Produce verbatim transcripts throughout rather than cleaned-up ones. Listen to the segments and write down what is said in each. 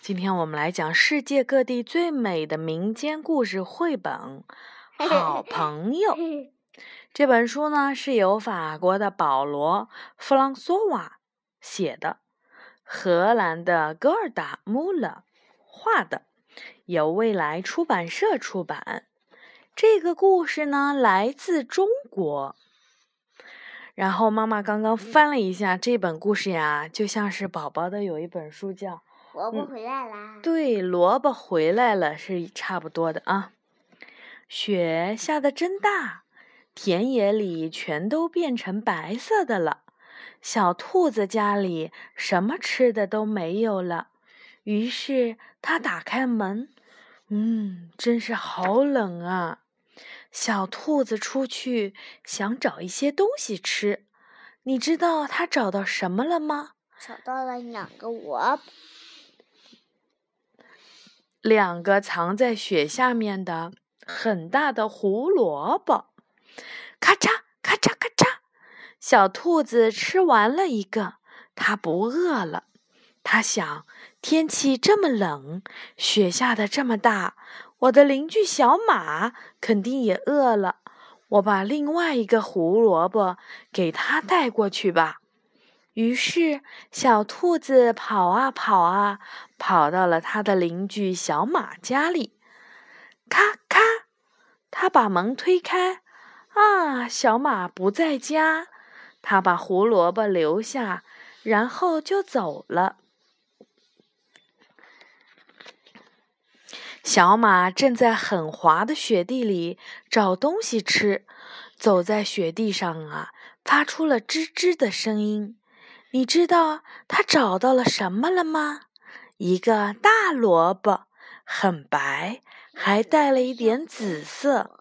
今天我们来讲世界各地最美的民间故事绘本《好朋友》。这本书呢是由法国的保罗·弗朗索瓦写的，荷兰的戈尔达·穆勒画的，由未来出版社出版。这个故事呢来自中国。然后妈妈刚刚翻了一下这本故事呀，就像是宝宝的有一本书叫萝卜回来啦、 嗯、对，萝卜回来了是差不多的啊。雪下得真大，田野里全都变成白色的了。小兔子家里什么吃的都没有了，于是它打开门，嗯，真是好冷啊。小兔子出去想找一些东西吃，你知道它找到什么了吗？ 找到了两个萝卜， 两个藏在雪下面的很大的胡萝卜。咔嚓咔嚓咔嚓，小兔子吃完了一个，它不饿了。它想，天气这么冷，雪下得这么大，我的邻居小马肯定也饿了，我把另外一个胡萝卜给它带过去吧。于是小兔子跑啊跑啊，跑到了它的邻居小马家里。咔咔，它把门推开，啊，小马不在家，它把胡萝卜留下，然后就走了。小马正在很滑的雪地里找东西吃，走在雪地上啊，发出了吱吱的声音。你知道他找到了什么了吗？一个大萝卜，很白，还带了一点紫色。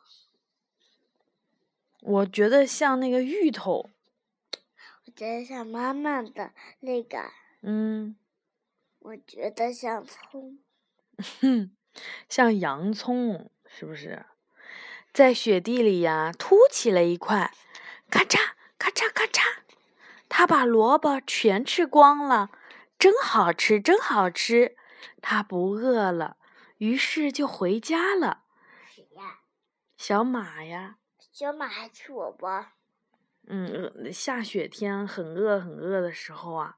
我觉得像那个芋头。 我觉得像妈妈的那个。 嗯。 我觉得像葱。 哼。像洋葱，是不是？在雪地里呀，凸起了一块，咔嚓咔嚓咔嚓，他把萝卜全吃光了，真好吃，真好吃。他不饿了，于是就回家了。 谁呀？ 小马呀。 小马还吃萝卜？ 嗯，下雪天很饿很饿的时候啊。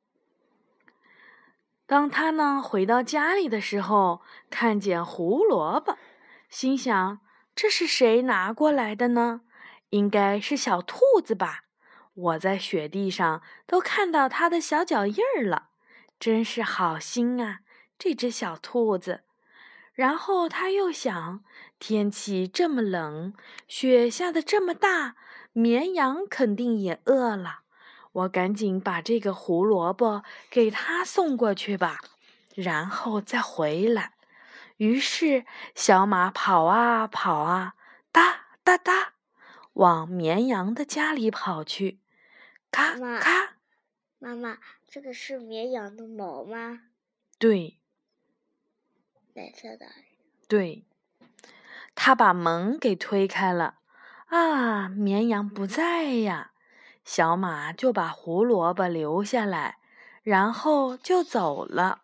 当他呢回到家里的时候，看见胡萝卜，心想，这是谁拿过来的呢？应该是小兔子吧，我在雪地上都看到它的小脚印儿了，真是好心啊，这只小兔子。然后他又想，天气这么冷，雪下得这么大，绵羊肯定也饿了，我赶紧把这个胡萝卜给它送过去吧，然后再回来。于是小马跑啊跑啊，哒哒哒，往绵羊的家里跑去。咔咔。 妈妈，这个是绵羊的毛吗？ 对。 白色的。 对。他把门给推开了，啊，绵羊不在呀。小马就把胡萝卜留下来，然后就走了。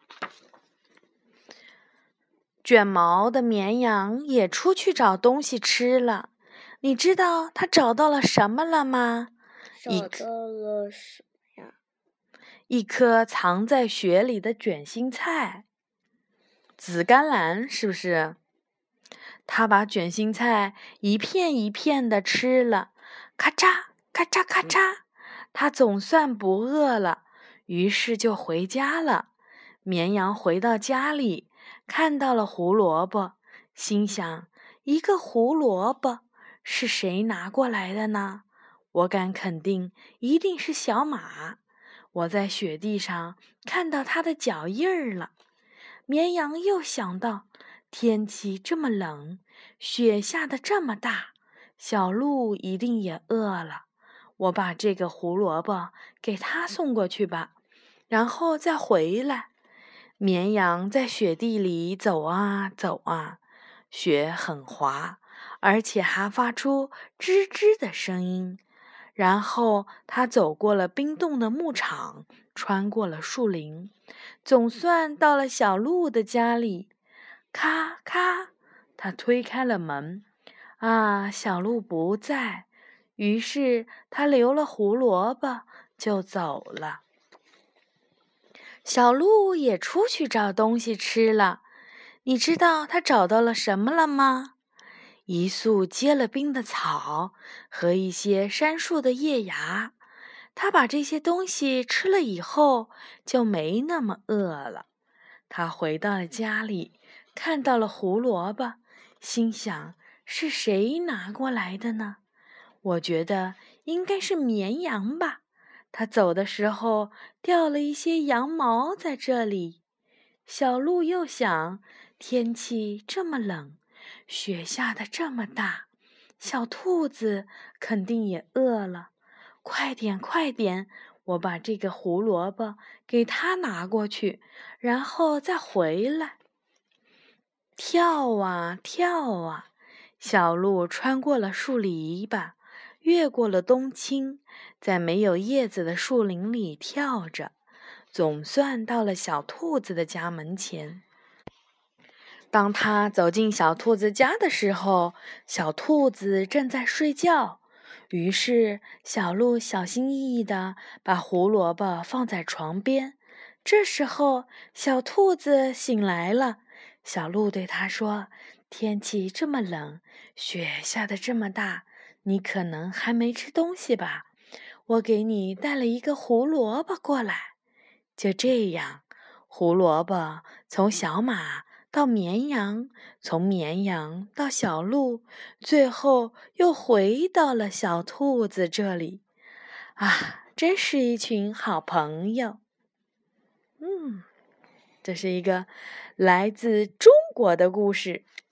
卷毛的绵羊也出去找东西吃了。你知道它找到了什么了吗？ 找到了什么呀？ 一颗藏在雪里的卷心菜。紫甘蓝是不是？它把卷心菜一片一片的吃了，咔嚓咔嚓咔嚓，它总算不饿了，于是就回家了。绵羊回到家里，看到了胡萝卜，心想，一个胡萝卜是谁拿过来的呢？我敢肯定，一定是小马。我在雪地上看到它的脚印儿了。绵羊又想到，天气这么冷，雪下得这么大，小鹿一定也饿了，我把这个胡萝卜给它送过去吧，然后再回来。绵羊在雪地里走啊走啊，雪很滑，而且还发出吱吱的声音。 然后他走过了冰冻的牧场，穿过了树林，总算到了小鹿的家里。咔咔，他推开了门。啊，小鹿不在，于是他留了胡萝卜就走了。小鹿也出去找东西吃了。你知道他找到了什么了吗？一束结了冰的草和一些杉树的叶芽。他把这些东西吃了以后，就没那么饿了。他回到了家里，看到了胡萝卜，心想，是谁拿过来的呢？我觉得应该是绵羊吧。他走的时候掉了一些羊毛在这里。小鹿又想，天气这么冷，雪下得这么大，小兔子肯定也饿了。快点，快点，我把这个胡萝卜给它拿过去，然后再回来。跳啊跳啊，小鹿穿过了树篱笆，越过了冬青，在没有叶子的树林里跳着，总算到了小兔子的家门前。当他走进小兔子家的时候，小兔子正在睡觉。于是小鹿小心翼翼地把胡萝卜放在床边。这时候小兔子醒来了。小鹿对他说，天气这么冷，雪下得这么大，你可能还没吃东西吧？我给你带了一个胡萝卜过来。就这样，胡萝卜从小马到绵羊，从绵羊到小鹿，最后又回到了小兔子这里。啊，真是一群好朋友。嗯，这是一个来自中国的故事。